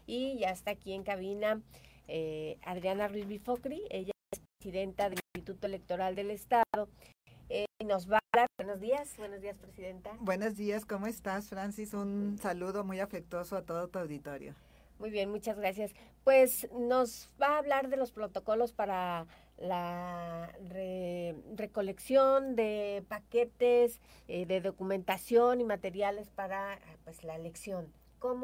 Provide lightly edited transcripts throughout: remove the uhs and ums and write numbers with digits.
y ya está aquí en cabina Adriana Ruiz Bifocri, ella es presidenta del Instituto Electoral del Estado. Nos va a hablar. Buenos días, presidenta. Buenos días, ¿cómo estás, Francis? Un saludo muy afectuoso a todo tu auditorio. Muy bien, muchas gracias. Pues nos va a hablar de los protocolos para la recolección de paquetes, de documentación y materiales para pues, la elección.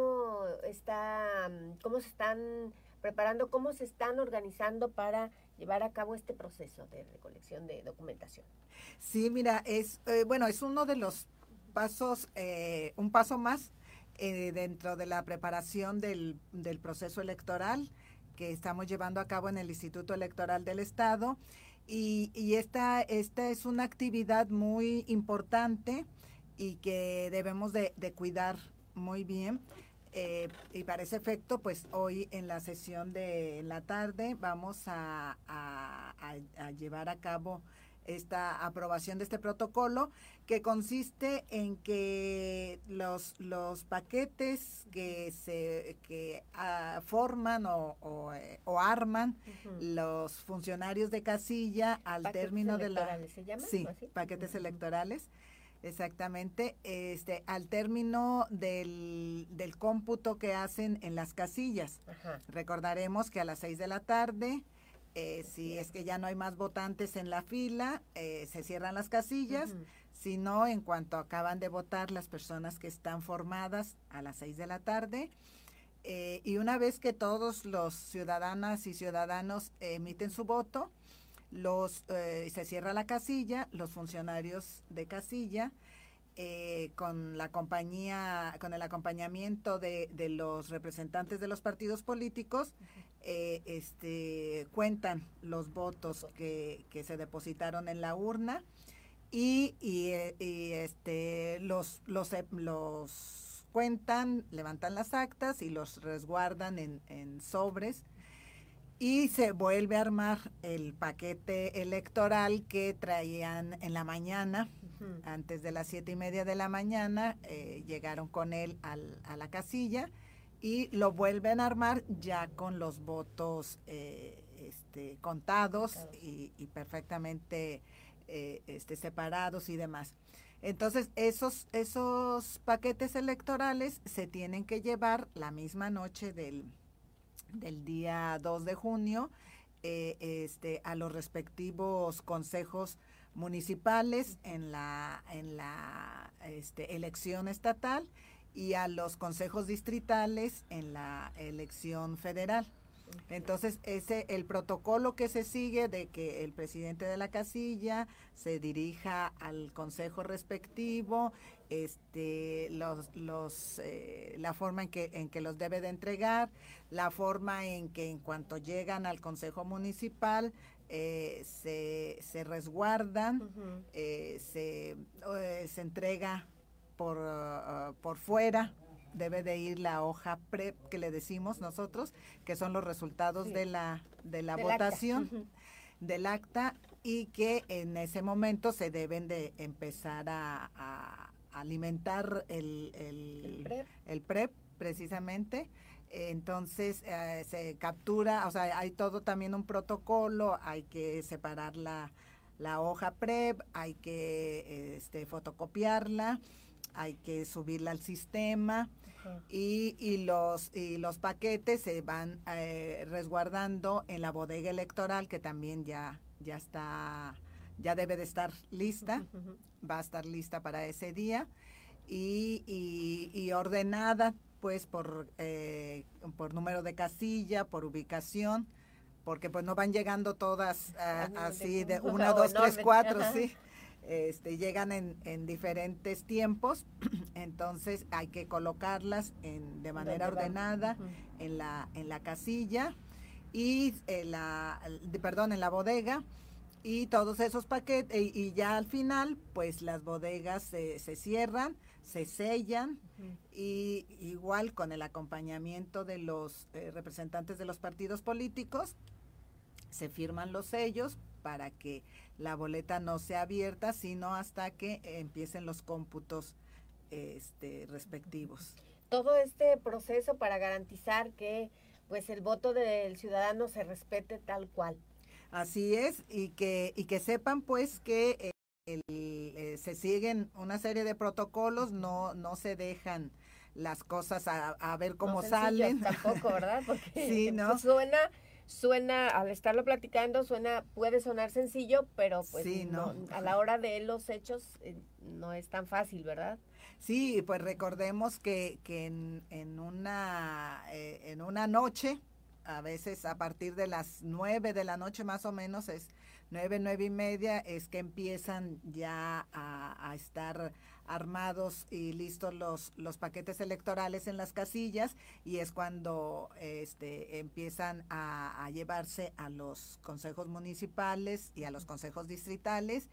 ¿Cómo se están preparando, cómo se están organizando para llevar a cabo este proceso de recolección de documentación? Sí, mira, es uno de los pasos, un paso más dentro de la preparación del proceso electoral que estamos llevando a cabo en el Instituto Electoral del Estado. Y esta es una actividad muy importante y que debemos de cuidar muy bien. Y para ese efecto, pues hoy en la sesión de la tarde vamos a llevar a cabo esta aprobación de este protocolo, que consiste en que los paquetes que forman o arman los funcionarios de casilla al ¿Paquetes término de la... electorales se llaman? Sí, paquetes electorales. Exactamente, al término del cómputo que hacen en las casillas. Ajá. Recordaremos que a las 6 de la tarde, si es que ya no hay más votantes en la fila, se cierran las casillas, si no, en cuanto acaban de votar las personas que están formadas a las 6 de la tarde, y una vez que todos los ciudadanas y ciudadanos emiten su voto, se cierra la casilla, los funcionarios de casilla, con el acompañamiento de los representantes de los partidos políticos, cuentan los votos que se depositaron en la urna y los cuentan, levantan las actas y los resguardan en sobres. Y se vuelve a armar el paquete electoral que traían en la mañana, antes de las 7:30 de la mañana, llegaron con él a la casilla y lo vuelven a armar ya con los votos contados y perfectamente separados y demás. Entonces, esos paquetes electorales se tienen que llevar la misma noche del día 2 de junio a los respectivos consejos municipales en la elección estatal y a los consejos distritales en la elección federal. Entonces, el protocolo que se sigue de que el presidente de la casilla se dirija al consejo respectivo, la forma en que los debe de entregar, la forma en que en cuanto llegan al consejo municipal se resguardan, se entrega por fuera. Debe de ir la hoja PREP que le decimos nosotros, que son los resultados de la votación, del acta, y que en ese momento se deben de empezar a alimentar el PREP precisamente. Entonces se captura, o sea, hay todo también un protocolo, hay que separar la hoja PREP, hay que fotocopiarla, hay que subirla al sistema. Y los paquetes se van resguardando en la bodega electoral, que también ya debe de estar lista, va a estar lista para ese día y ordenada pues por número de casilla, por ubicación, porque pues no van llegando todas así de 1, 2, 3, 4, sí. Llegan en diferentes tiempos, entonces hay que colocarlas de manera ordenada en la casilla y en la bodega, y todos esos paquetes, y ya al final pues las bodegas se cierran, se sellan, y igual con el acompañamiento de los representantes de los partidos políticos se firman los sellos para que la boleta no sea abierta, sino hasta que empiecen los cómputos respectivos. todo este proceso para garantizar que pues el voto del ciudadano se respete tal cual. Así es, y que sepan pues que se siguen una serie de protocolos, no se dejan las cosas a ver cómo no salen. Tampoco, ¿verdad? Porque sí, ¿no? pues suena, al estarlo platicando, puede sonar sencillo, pero pues sí, no, a la hora de los hechos no es tan fácil, ¿verdad? Sí, pues recordemos que en una noche, a veces a partir de las 9 de la noche más o menos, es 9:30, es que empiezan ya a estar armados y listos los paquetes electorales en las casillas, y es cuando empiezan a llevarse a los consejos municipales y a los consejos distritales.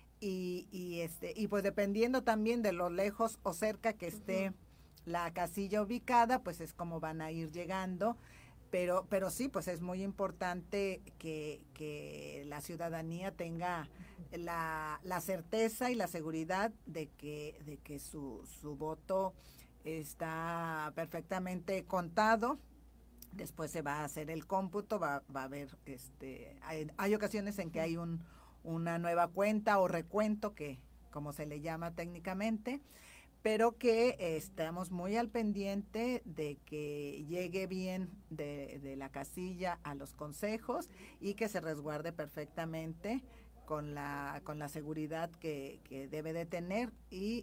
Y pues dependiendo también de lo lejos o cerca que esté la casilla ubicada, pues es como van a ir llegando. Pero sí, pues es muy importante que la ciudadanía tenga la certeza y la seguridad de que su voto está perfectamente contado. Después se va a hacer el cómputo, va a haber, hay ocasiones en que hay una nueva cuenta o recuento, que como se le llama técnicamente, pero que estamos muy al pendiente de que llegue bien de la casilla a los consejos y que se resguarde perfectamente con la seguridad que debe de tener, y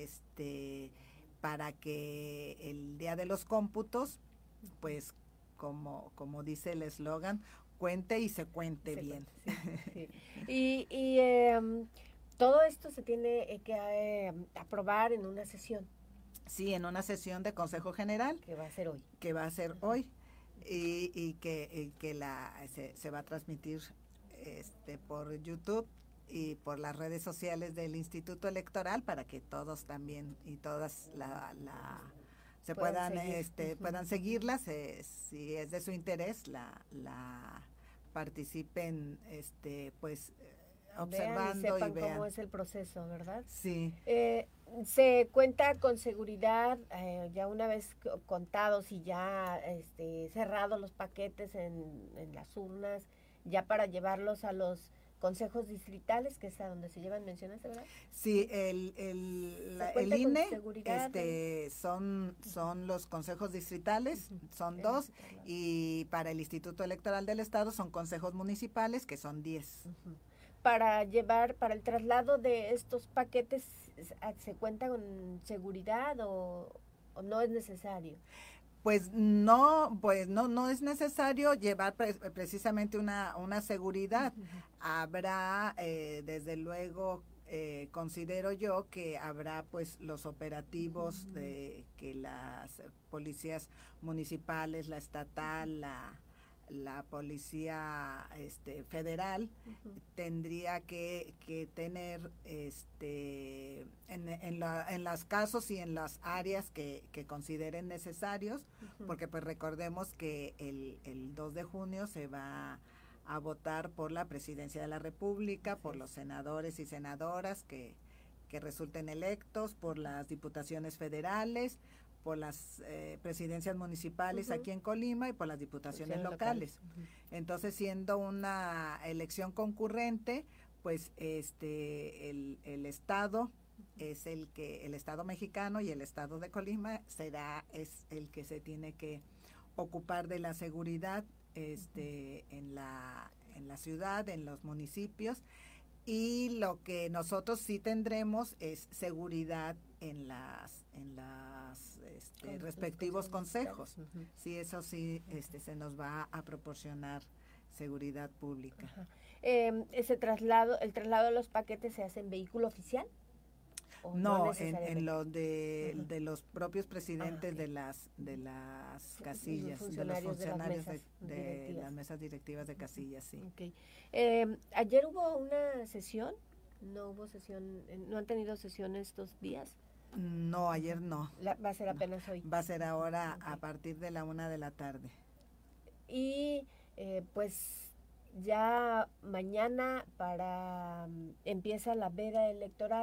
para que el día de los cómputos, pues como dice el eslogan, cuente y se cuente bien. Sí. Y todo esto se tiene que aprobar en una sesión. Sí, en una sesión de Consejo General. Que va a ser hoy. Que va a ser hoy, y que se va a transmitir por YouTube y por las redes sociales del Instituto Electoral, para que todos también y todas puedan seguirlas, si es de su interés, la participen, pues observando vean y vean cómo es el proceso, ¿verdad? Sí. Se cuenta con seguridad, ya una vez contados y ya cerrados los paquetes en las urnas, ya para llevarlos a los consejos distritales, que es a donde se llevan, mencionaste, ¿verdad? Sí, el INE, son los consejos distritales, son 2, y para el Instituto Electoral del Estado son consejos municipales, que son 10. Para el traslado de estos paquetes, ¿se cuenta con seguridad o no es necesario? Pues no es necesario llevar precisamente una seguridad. Habrá, desde luego, considero yo que habrá pues los operativos de que las policías municipales, la estatal, la policía federal tendría que tener en los casos y en las áreas que consideren necesarios, porque pues recordemos que el 2 de junio se va a votar por la presidencia de la República, por los senadores y senadoras que resulten electos, por las diputaciones federales, por las presidencias municipales aquí en Colima, y por las diputaciones locales. Entonces, siendo una elección concurrente, pues el Estado es el Estado mexicano, y el Estado de Colima es el que se tiene que ocupar de la seguridad en la ciudad, en los municipios. Y lo que nosotros sí tendremos es seguridad en las respectivos consejos. Sí, eso sí, se nos va a proporcionar seguridad pública. El traslado de los paquetes se hace en vehículo oficial. No, en los de los propios presidentes de las casillas, de los funcionarios de las mesas directivas de casillas, sí. Okay. Ayer hubo una sesión, no hubo sesión, no han tenido sesión estos días. No, ayer no. Va a ser apenas hoy. Va a ser ahora a partir de la 1 de la tarde. Y pues ya mañana empieza la veda electoral.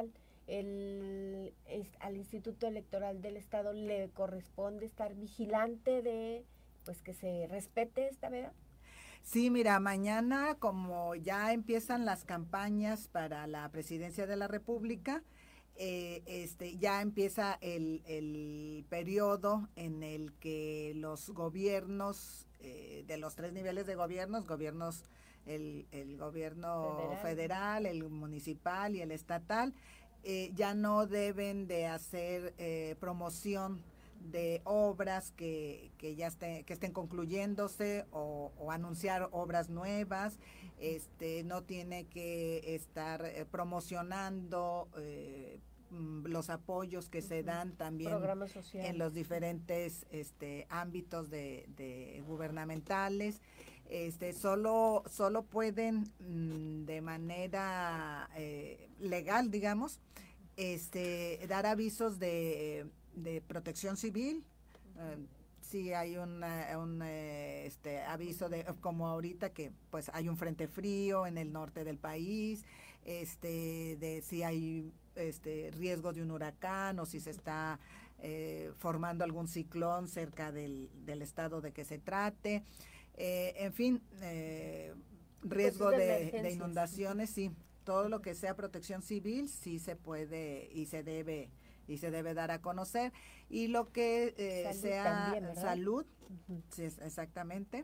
al Instituto Electoral del Estado le corresponde estar vigilante de pues que se respete esta veda. Sí, mira, mañana como ya empiezan las campañas para la presidencia de la República, ya empieza el periodo en el que los gobiernos de los 3 niveles de gobiernos, el gobierno federal, el municipal y el estatal, ya no deben de hacer promoción de obras que estén concluyéndose o anunciar obras nuevas. No tiene que estar promocionando los apoyos que se dan también en los diferentes ámbitos de gubernamentales. Solo pueden de manera legal, digamos, dar avisos de protección civil. Sí hay un aviso de como ahorita que pues hay un frente frío en el norte del país, de si hay riesgo de un huracán o si se está formando algún ciclón cerca del estado de que se trate, en fin, riesgo de inundaciones, sí, todo lo que sea protección civil sí se puede y se debe dar a conocer, y lo que salud sea también, salud, sí, exactamente.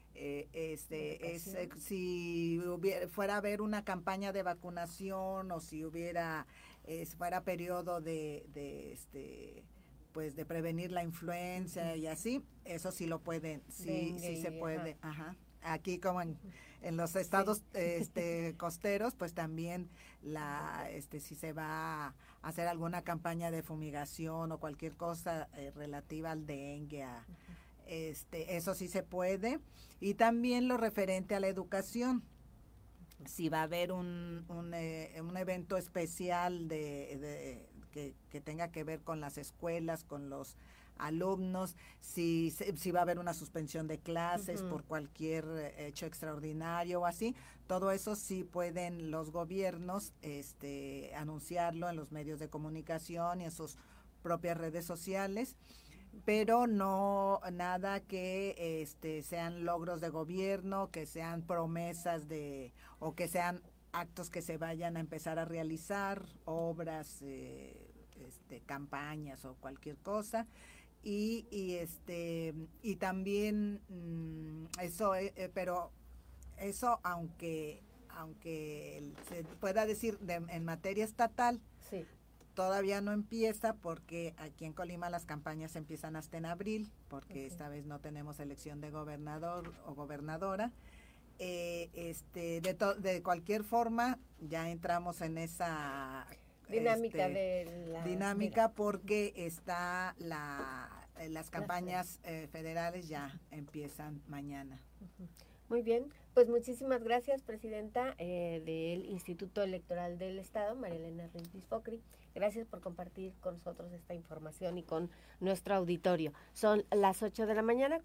Si fuera a haber una campaña de vacunación o si fuera periodo pues de prevenir la influenza y así, eso sí lo pueden, sí se puede, ajá. Aquí como en los estados costeros, pues también si se va a hacer alguna campaña de fumigación o cualquier cosa relativa al dengue, eso sí se puede. Y también lo referente a la educación. Si va a haber un evento especial que tenga que ver con las escuelas, con los alumnos, si va a haber una suspensión de clases por cualquier hecho extraordinario o así, todo eso sí pueden los gobiernos anunciarlo en los medios de comunicación y en sus propias redes sociales, pero no nada que sean logros de gobierno, que sean promesas o que sean actos que se vayan a empezar a realizar, obras, campañas o cualquier cosa. Y también eso, pero eso aunque se pueda decir en materia estatal, sí, todavía no empieza, porque aquí en Colima las campañas empiezan hasta en abril, porque esta vez no tenemos elección de gobernador o gobernadora. De cualquier forma ya entramos en esa dinámica porque está las campañas federales ya empiezan mañana. Muy bien, pues muchísimas gracias, presidenta del Instituto Electoral del Estado, María Elena Rintis Focri. Gracias por compartir con nosotros esta información y con nuestro auditorio. Son las 8 de la mañana.